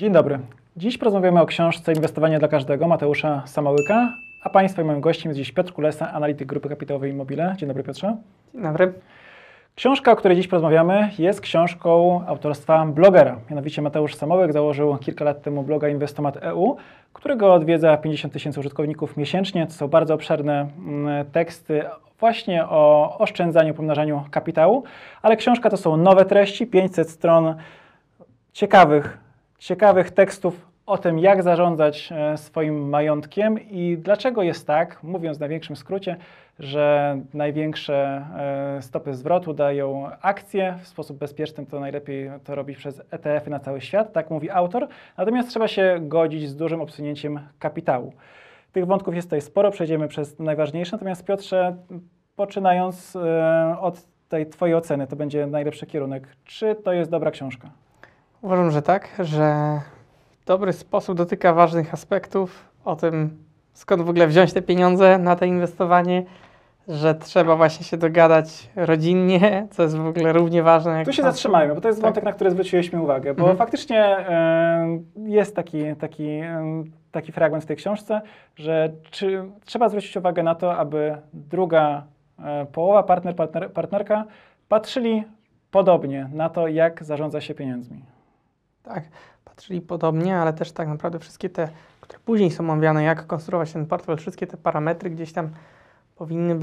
Dzień dobry. Dziś porozmawiamy o książce Inwestowanie dla każdego Mateusza Samołyka, a Państwa i moim gościem jest dziś Piotr Kulesa, analityk Grupy Kapitałowej Immobile. Dzień dobry, Piotrze. Dzień dobry. Książka, o której dziś porozmawiamy, jest książką autorstwa blogera. Mianowicie Mateusz Samołyk założył kilka lat temu bloga Inwestomat.eu, którego odwiedza 50 000 użytkowników miesięcznie. To są bardzo obszerne teksty właśnie o oszczędzaniu, pomnażaniu kapitału, ale książka to są nowe treści, 500 stron ciekawych tekstów o tym, jak zarządzać swoim majątkiem i dlaczego jest tak, mówiąc w największym skrócie, że największe stopy zwrotu dają akcje. W sposób bezpieczny to najlepiej to robić przez ETF-y na cały świat, tak mówi autor. Natomiast trzeba się godzić z dużym obsunięciem kapitału. Tych wątków jest tutaj sporo, przejdziemy przez najważniejsze. Natomiast Piotrze, poczynając od tej Twojej oceny, to będzie najlepszy kierunek. Czy to jest dobra książka? Uważam, że tak, że w dobry sposób dotyka ważnych aspektów o tym, skąd w ogóle wziąć te pieniądze na to inwestowanie, że trzeba właśnie się dogadać rodzinnie, co jest w ogóle równie ważne. Jak tu się zatrzymajmy, bo to jest wątek, na który zwróciłeś mi uwagę, bo faktycznie jest taki fragment w tej książce, że trzeba zwrócić uwagę na to, aby druga połowa, partnerka patrzyli podobnie na to, jak zarządza się pieniędzmi. Tak, patrzyli podobnie, ale też tak naprawdę wszystkie te, które później są omawiane, jak konstruować ten portfel, wszystkie te parametry gdzieś tam powinny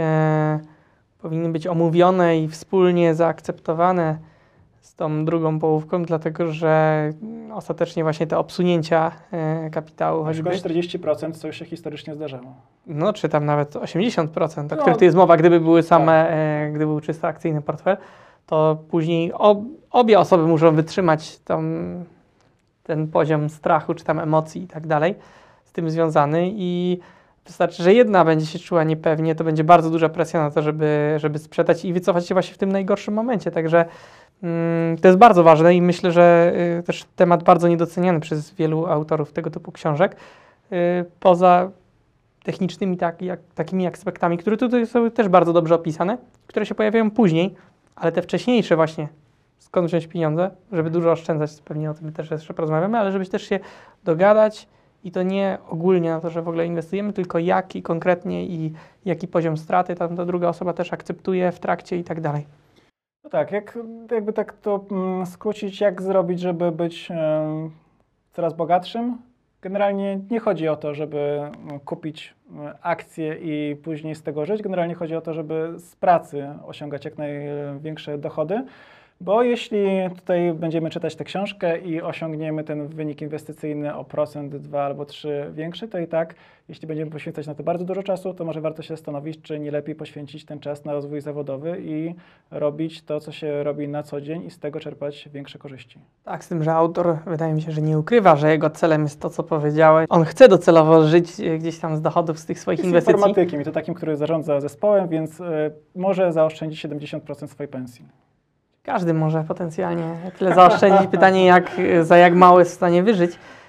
być omówione i wspólnie zaakceptowane z tą drugą połówką, dlatego że ostatecznie właśnie te obsunięcia kapitału, choćby 40%, co już się historycznie zdarzało. No, czy tam nawet 80%, o których tu jest mowa, gdyby były same, gdyby był czysto akcyjny portfel, to później obie osoby muszą wytrzymać ten poziom strachu, czy tam emocji i tak dalej z tym związany i wystarczy, że jedna będzie się czuła niepewnie, to będzie bardzo duża presja na to, żeby sprzedać i wycofać się właśnie w tym najgorszym momencie, także to jest bardzo ważne i myślę, że też temat bardzo niedoceniany przez wielu autorów tego typu książek, poza technicznymi takimi aspektami, które tutaj są też bardzo dobrze opisane, które się pojawiają później, ale te wcześniejsze właśnie, skąd wziąć pieniądze, żeby dużo oszczędzać, pewnie o tym też jeszcze porozmawiamy, ale żeby też się dogadać i to nie ogólnie na to, że w ogóle inwestujemy, tylko jaki konkretnie i jaki poziom straty tam ta druga osoba też akceptuje w trakcie i tak dalej. No tak, jakby tak to skrócić, jak zrobić, żeby być coraz bogatszym? Generalnie nie chodzi o to, żeby kupić akcje i później z tego żyć. Generalnie chodzi o to, żeby z pracy osiągać jak największe dochody, bo jeśli tutaj będziemy czytać tę książkę i osiągniemy ten wynik inwestycyjny o 1%, 2 albo 3 większy, to i tak, jeśli będziemy poświęcać na to bardzo dużo czasu, to może warto się zastanowić, czy nie lepiej poświęcić ten czas na rozwój zawodowy i robić to, co się robi na co dzień i z tego czerpać większe korzyści. Tak, z tym, że autor wydaje mi się, że nie ukrywa, że jego celem jest to, co powiedziałeś. On chce docelowo żyć gdzieś tam z dochodów z tych swoich inwestycji. Jest informatykiem i to takim, który zarządza zespołem, więc może zaoszczędzić 70% swojej pensji. Każdy może potencjalnie tyle zaoszczędzić. Pytanie, za jak mało jest w stanie wyżyć,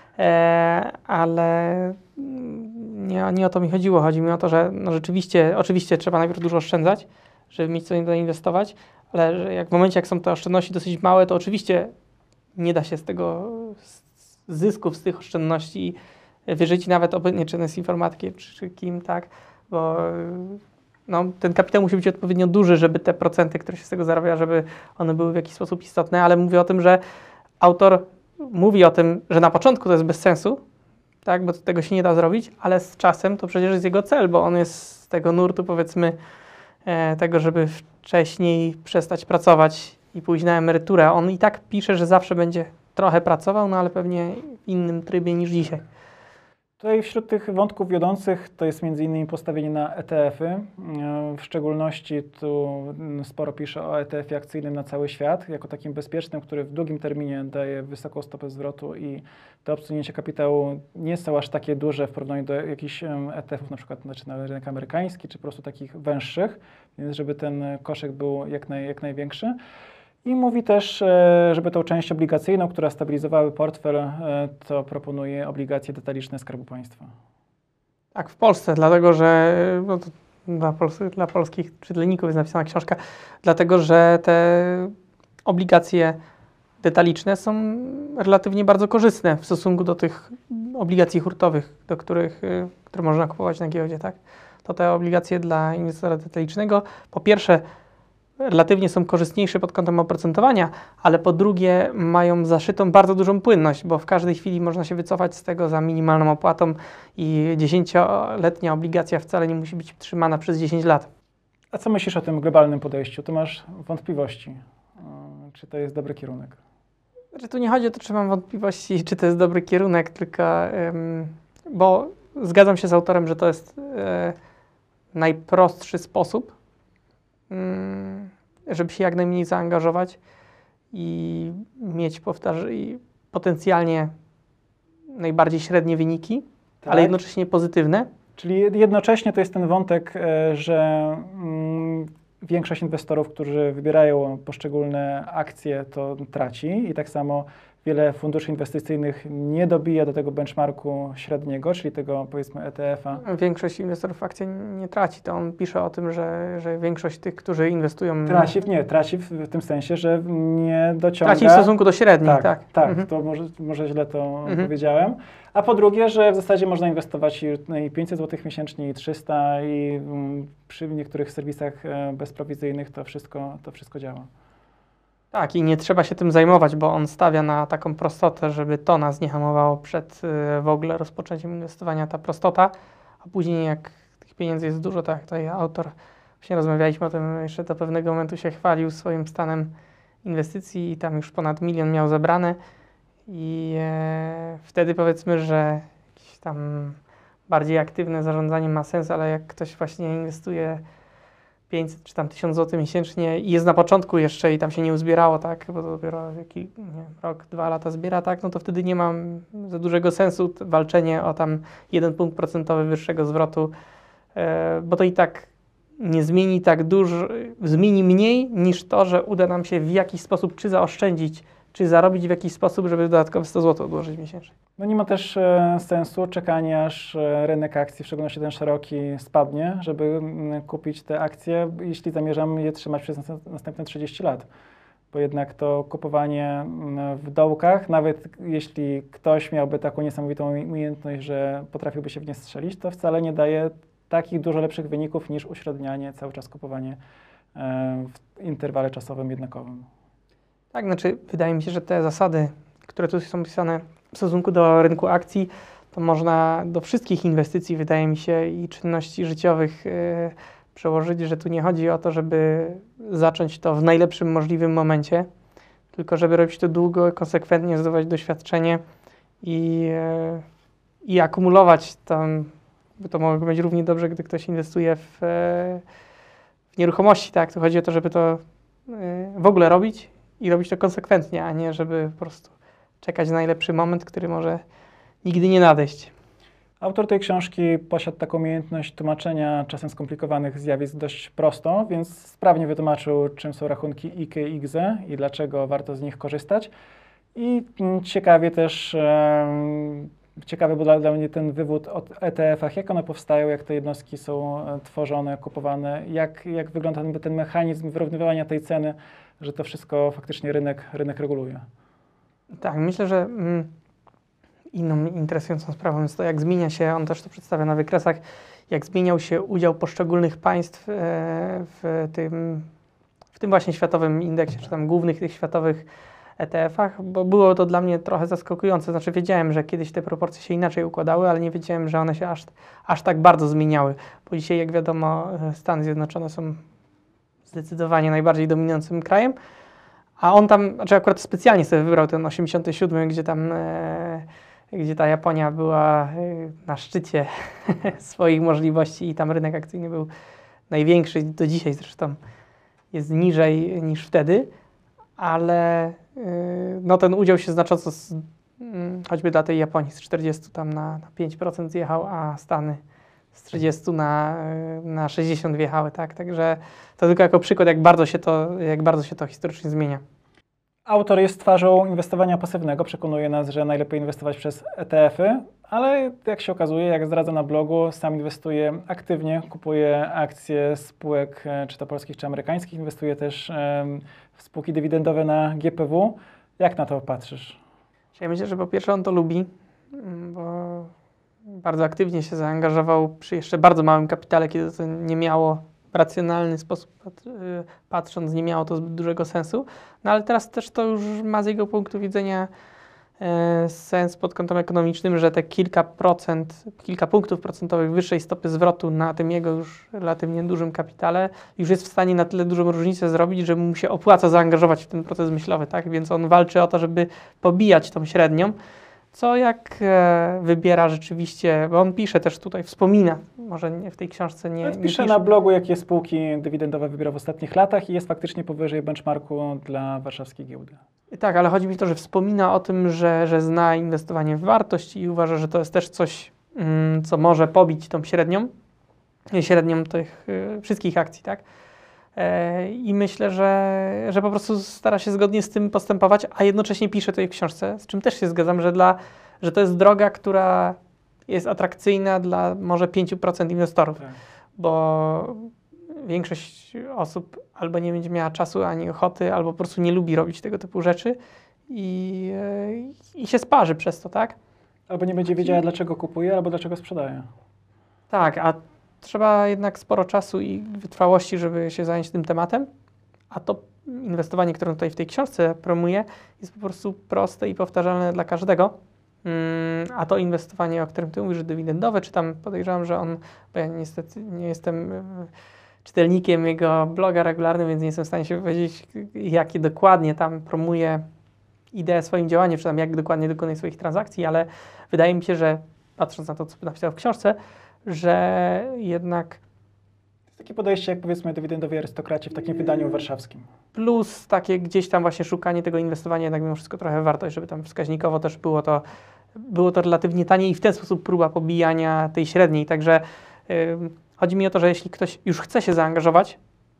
ale nie o to mi chodziło. Chodzi mi o to, że oczywiście trzeba najpierw dużo oszczędzać, żeby mieć co zainwestować, ale że w momencie, jak są te oszczędności dosyć małe, to oczywiście nie da się z tego zysków, z tych oszczędności wyżyć, nawet obojętnie, czy to jest informatykiem, czy kim, tak, bo ten kapitał musi być odpowiednio duży, żeby te procenty, które się z tego zarabia, żeby one były w jakiś sposób istotne, ale mówię o tym, że autor mówi o tym, że na początku to jest bez sensu, tak, bo tego się nie da zrobić, ale z czasem to przecież jest jego cel, bo on jest z tego nurtu, powiedzmy, tego, żeby wcześniej przestać pracować i pójść na emeryturę. On i tak pisze, że zawsze będzie trochę pracował, ale pewnie w innym trybie niż dzisiaj. Tutaj wśród tych wątków wiodących to jest m.in. postawienie na ETF-y. W szczególności tu sporo pisze o ETF-ie akcyjnym na cały świat, jako takim bezpiecznym, który w długim terminie daje wysoką stopę zwrotu i to obsunięcie kapitału nie są aż takie duże w porównaniu do jakichś ETF-ów, na przykład na rynek amerykański, czy po prostu takich węższych, więc żeby ten koszyk był jak największy. I mówi też, żeby tą część obligacyjną, która stabilizowały portfel, to proponuje obligacje detaliczne Skarbu Państwa. Tak, w Polsce, dlatego że dla polskich czytelników jest napisana książka, dlatego że te obligacje detaliczne są relatywnie bardzo korzystne w stosunku do tych obligacji hurtowych, które można kupować na giełdzie, tak? To te obligacje dla inwestora detalicznego, po pierwsze, relatywnie są korzystniejsze pod kątem oprocentowania, ale po drugie mają zaszytą bardzo dużą płynność, bo w każdej chwili można się wycofać z tego za minimalną opłatą i 10-letnia obligacja wcale nie musi być trzymana przez 10 lat. A co myślisz o tym globalnym podejściu? Tu masz wątpliwości. Czy to jest dobry kierunek? Znaczy, tu nie chodzi o to, czy mam wątpliwości, czy to jest dobry kierunek, tylko bo zgadzam się z autorem, że to jest najprostszy sposób, żeby się jak najmniej zaangażować i mieć i potencjalnie najbardziej średnie wyniki, Tak. ale jednocześnie pozytywne. Czyli jednocześnie to jest ten wątek, że większość inwestorów, którzy wybierają poszczególne akcje, to traci i tak samo wiele funduszy inwestycyjnych nie dobija do tego benchmarku średniego, czyli tego, powiedzmy, ETF-a. Większość inwestorów w akcje nie traci. To on pisze o tym, że większość tych, którzy inwestują... Traci w tym sensie, że nie dociąga... Traci w stosunku do średniej, tak. Tak, to może źle to powiedziałem. A po drugie, że w zasadzie można inwestować i 500 zł miesięcznie, i 300, i przy niektórych serwisach bezprowizyjnych to wszystko działa. Tak, i nie trzeba się tym zajmować, bo on stawia na taką prostotę, żeby to nas nie hamowało przed w ogóle rozpoczęciem inwestowania, ta prostota, a później jak tych pieniędzy jest dużo, tak, tutaj autor, właśnie rozmawialiśmy o tym, jeszcze do pewnego momentu się chwalił swoim stanem inwestycji i tam już ponad 1 000 000 miał zebrane i wtedy powiedzmy, że jakieś tam bardziej aktywne zarządzanie ma sens, ale jak ktoś właśnie inwestuje 500 czy tam 1000 zł miesięcznie i jest na początku jeszcze i tam się nie uzbierało, tak, bo to dopiero rok, 2 lata zbiera, tak, no to wtedy nie mam za dużego sensu walczenie o tam 1 punkt procentowy wyższego zwrotu, bo to i tak nie zmieni tak dużo, zmieni mniej niż to, że uda nam się w jakiś sposób czy zaoszczędzić, czy zarobić w jakiś sposób, żeby dodatkowe 100 zł odłożyć miesięcznie. No nie ma też sensu czekanie, aż rynek akcji, w szczególności ten szeroki, spadnie, żeby kupić te akcje, jeśli zamierzam je trzymać przez następne 30 lat. Bo jednak to kupowanie w dołkach, nawet jeśli ktoś miałby taką niesamowitą umiejętność, że potrafiłby się w nie strzelić, to wcale nie daje takich dużo lepszych wyników niż uśrednianie, cały czas kupowanie w interwale czasowym jednakowym. Tak, znaczy wydaje mi się, że te zasady, które tu są pisane w stosunku do rynku akcji, to można do wszystkich inwestycji, wydaje mi się, i czynności życiowych przełożyć, że tu nie chodzi o to, żeby zacząć to w najlepszym możliwym momencie, tylko żeby robić to długo, konsekwentnie, zdobywać doświadczenie i akumulować tam, bo to może być równie dobrze, gdy ktoś inwestuje w nieruchomości, tak? Tu chodzi o to, żeby to w ogóle robić i robić to konsekwentnie, a nie żeby po prostu czekać na najlepszy moment, który może nigdy nie nadejść. Autor tej książki posiadł taką umiejętność tłumaczenia czasem skomplikowanych zjawisk dość prosto, więc sprawnie wytłumaczył, czym są rachunki IKE i IGZE i dlaczego warto z nich korzystać. I ciekawy był dla mnie ten wywód o ETF-ach, jak one powstają, jak te jednostki są tworzone, kupowane, jak wygląda ten mechanizm wyrównywania tej ceny, że to wszystko faktycznie rynek reguluje. Tak, myślę, że inną interesującą sprawą jest to, jak zmienia się, on też to przedstawia na wykresach, jak zmieniał się udział poszczególnych państw w tym właśnie światowym indeksie, czy tam głównych tych światowych ETF-ach, bo było to dla mnie trochę zaskakujące. Znaczy wiedziałem, że kiedyś te proporcje się inaczej układały, ale nie wiedziałem, że one się aż tak bardzo zmieniały. Bo dzisiaj, jak wiadomo, Stany Zjednoczone są zdecydowanie najbardziej dominującym krajem, a on tam, znaczy akurat specjalnie sobie wybrał ten 87, gdzie ta Japonia była na szczycie swoich możliwości i tam rynek akcyjny był największy, do dzisiaj zresztą jest niżej niż wtedy, ale no ten udział się znacząco, choćby dla tej Japonii, z 40 tam na 5% zjechał, a Stany z 30 na 60 wjechały, tak? Także to tylko jako przykład, jak bardzo się to historycznie zmienia. Autor jest twarzą inwestowania pasywnego, przekonuje nas, że najlepiej inwestować przez ETF-y, ale jak się okazuje, jak zdradza na blogu, sam inwestuje aktywnie, kupuje akcje spółek czy to polskich, czy amerykańskich, inwestuje też w spółki dywidendowe na GPW Jak na to patrzysz? Ja myślę, że po pierwsze on to lubi, bo bardzo aktywnie się zaangażował przy jeszcze bardzo małym kapitale, kiedy to nie miało w racjonalny sposób patrząc, nie miało to zbyt dużego sensu. No ale teraz też to już ma z jego punktu widzenia sens pod kątem ekonomicznym, że te kilka punktów procentowych wyższej stopy zwrotu na tym jego już relatywnie dużym kapitale już jest w stanie na tyle dużą różnicę zrobić, że mu się opłaca zaangażować w ten proces myślowy, tak? Więc on walczy o to, żeby pobijać tą średnią, co jak wybiera rzeczywiście, bo on pisze też tutaj, wspomina, może nie w tej książce nie Pisze na blogu, jakie spółki dywidendowe wybierał w ostatnich latach i jest faktycznie powyżej benchmarku dla warszawskiej giełdy. Tak, ale chodzi mi o to, że wspomina o tym, że zna inwestowanie w wartość i uważa, że to jest też coś, co może pobić tą średnią tych wszystkich akcji, tak? I myślę, że po prostu stara się zgodnie z tym postępować, a jednocześnie pisze tutaj w książce, z czym też się zgadzam, że to jest droga, która jest atrakcyjna dla może 5% inwestorów, Tak. bo większość osób albo nie będzie miała czasu ani ochoty, albo po prostu nie lubi robić tego typu rzeczy i się sparzy przez to, tak? Albo nie będzie wiedziała, dlaczego kupuje, albo dlaczego sprzedaje. Tak, a trzeba jednak sporo czasu i wytrwałości, żeby się zająć tym tematem, a to inwestowanie, które on tutaj w tej książce promuje, jest po prostu proste i powtarzalne dla każdego. A to inwestowanie, o którym ty mówisz, dywidendowe, czy tam podejrzewam, że on, bo ja niestety nie jestem czytelnikiem jego bloga regularnym, więc nie jestem w stanie się powiedzieć, jakie dokładnie tam promuje ideę swoim działaniem, czy tam jak dokładnie dokonuje swoich transakcji, ale wydaje mi się, że patrząc na to, co napisał w książce, że jednak Takie podejście, jak powiedzmy dywidendowi arystokraci w takim wydaniu warszawskim. plus takie gdzieś tam właśnie szukanie tego inwestowania jednak mimo wszystko trochę wartość, żeby tam wskaźnikowo też było to relatywnie tanie i w ten sposób próba pobijania tej średniej. Także chodzi mi o to, że jeśli ktoś już chce się zaangażować,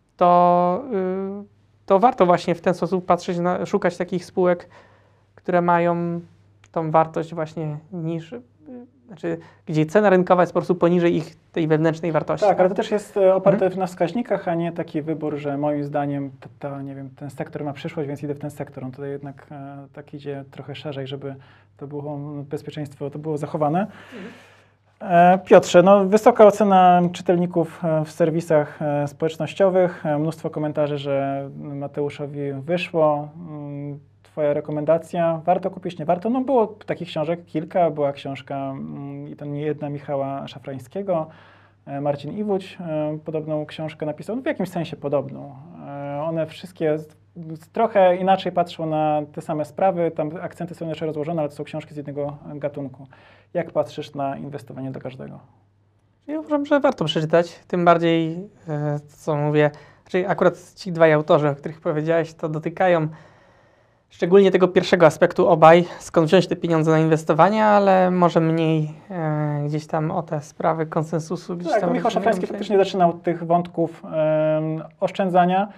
to warto właśnie w ten sposób patrzeć, szukać takich spółek, które mają tą wartość właśnie znaczy, gdzie cena rynkowa jest po prostu poniżej ich tej wewnętrznej wartości. Tak, ale to też jest oparte na wskaźnikach, a nie taki wybór, że moim zdaniem nie wiem, ten sektor ma przyszłość, więc idę w ten sektor. On tutaj jednak tak idzie trochę szerzej, żeby to było bezpieczeństwo, to było zachowane. Piotrze, no, wysoka ocena czytelników w serwisach społecznościowych, mnóstwo komentarzy, że Mateuszowi wyszło. Twoja rekomendacja, warto kupić, nie warto? No było takich książek kilka, była książka i to nie jedna Michała Szafrańskiego, Marcin Iwódź podobną książkę napisał, w jakimś sensie podobną. One wszystkie trochę inaczej patrzą na te same sprawy, tam akcenty są jeszcze rozłożone, ale to są książki z jednego gatunku. Jak patrzysz na inwestowanie dla każdego? Ja uważam, że warto przeczytać, tym bardziej, co mówię, czyli akurat ci dwaj autorzy, o których powiedziałeś, to dotykają szczególnie tego pierwszego aspektu obaj, skąd wziąć te pieniądze na inwestowanie, ale może mniej gdzieś tam o te sprawy konsensusu. Gdzieś Tak, tam Michał Szafrański faktycznie zaczynał od tych wątków oszczędzania.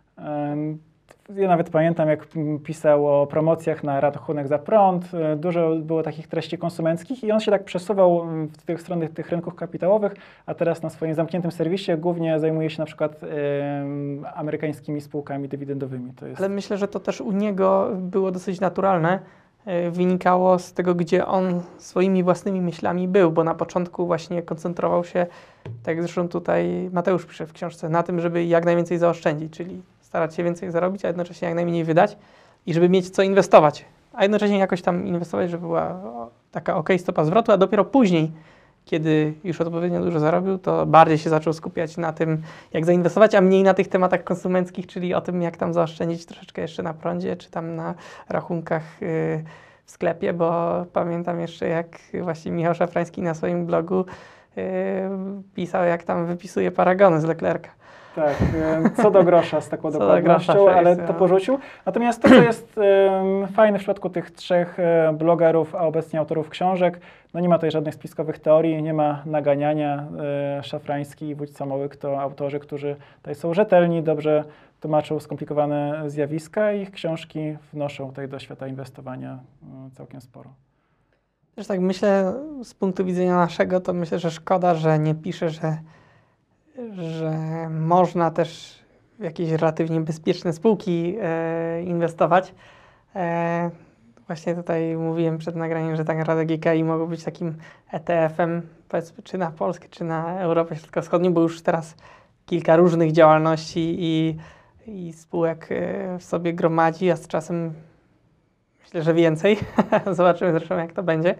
Ja nawet pamiętam, jak pisał o promocjach na rachunek za prąd. Dużo było takich treści konsumenckich i on się tak przesuwał w tych stronach tych rynków kapitałowych, a teraz na swoim zamkniętym serwisie głównie zajmuje się na przykład amerykańskimi spółkami dywidendowymi. To jest... Ale myślę, że to też u niego było dosyć naturalne. Wynikało z tego, gdzie on swoimi własnymi myślami był, bo na początku właśnie koncentrował się, tak jak zresztą tutaj Mateusz pisze w książce, na tym, żeby jak najwięcej zaoszczędzić, czyli starać się więcej zarobić, a jednocześnie jak najmniej wydać i żeby mieć co inwestować, a jednocześnie jakoś tam inwestować, żeby była taka stopa zwrotu, a dopiero później, kiedy już odpowiednio dużo zarobił, to bardziej się zaczął skupiać na tym, jak zainwestować, a mniej na tych tematach konsumenckich, czyli o tym, jak tam zaoszczędzić troszeczkę jeszcze na prądzie, czy tam na rachunkach w sklepie, bo pamiętam jeszcze, jak właśnie Michał Szafrański na swoim blogu pisał, jak tam wypisuje paragony z Leclerca. Tak, co do grosza z taką dokładnością, ale to porzucił. Natomiast to, co jest fajne w przypadku tych trzech blogerów, a obecnie autorów książek, no nie ma tutaj żadnych spiskowych teorii, nie ma naganiania. Szafrański i Wójt Samołyk to autorzy, którzy tutaj są rzetelni, dobrze tłumaczą skomplikowane zjawiska i ich książki wnoszą tutaj do świata inwestowania całkiem sporo. Też tak myślę, z punktu widzenia naszego, to myślę, że szkoda, że nie pisze, że można też w jakieś relatywnie bezpieczne spółki inwestować, Właśnie tutaj mówiłem przed nagraniem, że tak naprawdę GKI mogło być takim ETF-em, powiedzmy, czy na Polskę, czy na Europę Środkowo-Wschodnią, bo już teraz kilka różnych działalności i spółek w sobie gromadzi, a z czasem myślę, że więcej. Zobaczymy zresztą, jak to będzie.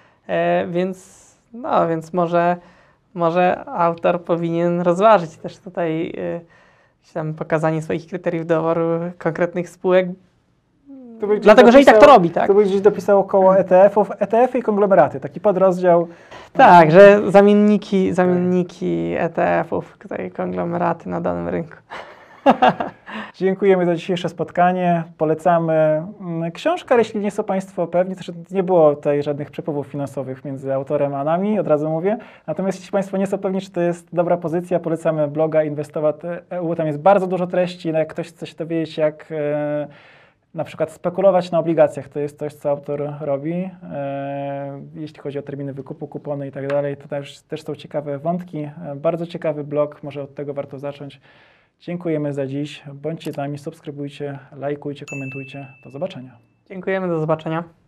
Więc może autor powinien rozważyć też tutaj tam pokazanie swoich kryteriów doboru konkretnych spółek, dlatego, że i tak to robi, tak? To by gdzieś dopisał około ETF-ów, ETF-y i konglomeraty, taki podrozdział. Tak, że zamienniki ETF-ów, tutaj konglomeraty na danym rynku. Dziękujemy za dzisiejsze spotkanie, polecamy. Książka, jeśli nie są Państwo pewni, też nie było tutaj żadnych przepływów finansowych między autorem a nami, od razu mówię. Natomiast jeśli Państwo nie są pewni, czy to jest dobra pozycja, polecamy bloga Inwestować.eu, tam jest bardzo dużo treści, jak ktoś chce się dowiedzieć, jak na przykład spekulować na obligacjach, to jest coś, co autor robi. Jeśli chodzi o terminy wykupu, kupony i tak dalej, to też są ciekawe wątki. Bardzo ciekawy blog, może od tego warto zacząć. Dziękujemy za dziś. Bądźcie z nami, subskrybujcie, lajkujcie, komentujcie. Do zobaczenia. Dziękujemy, do zobaczenia.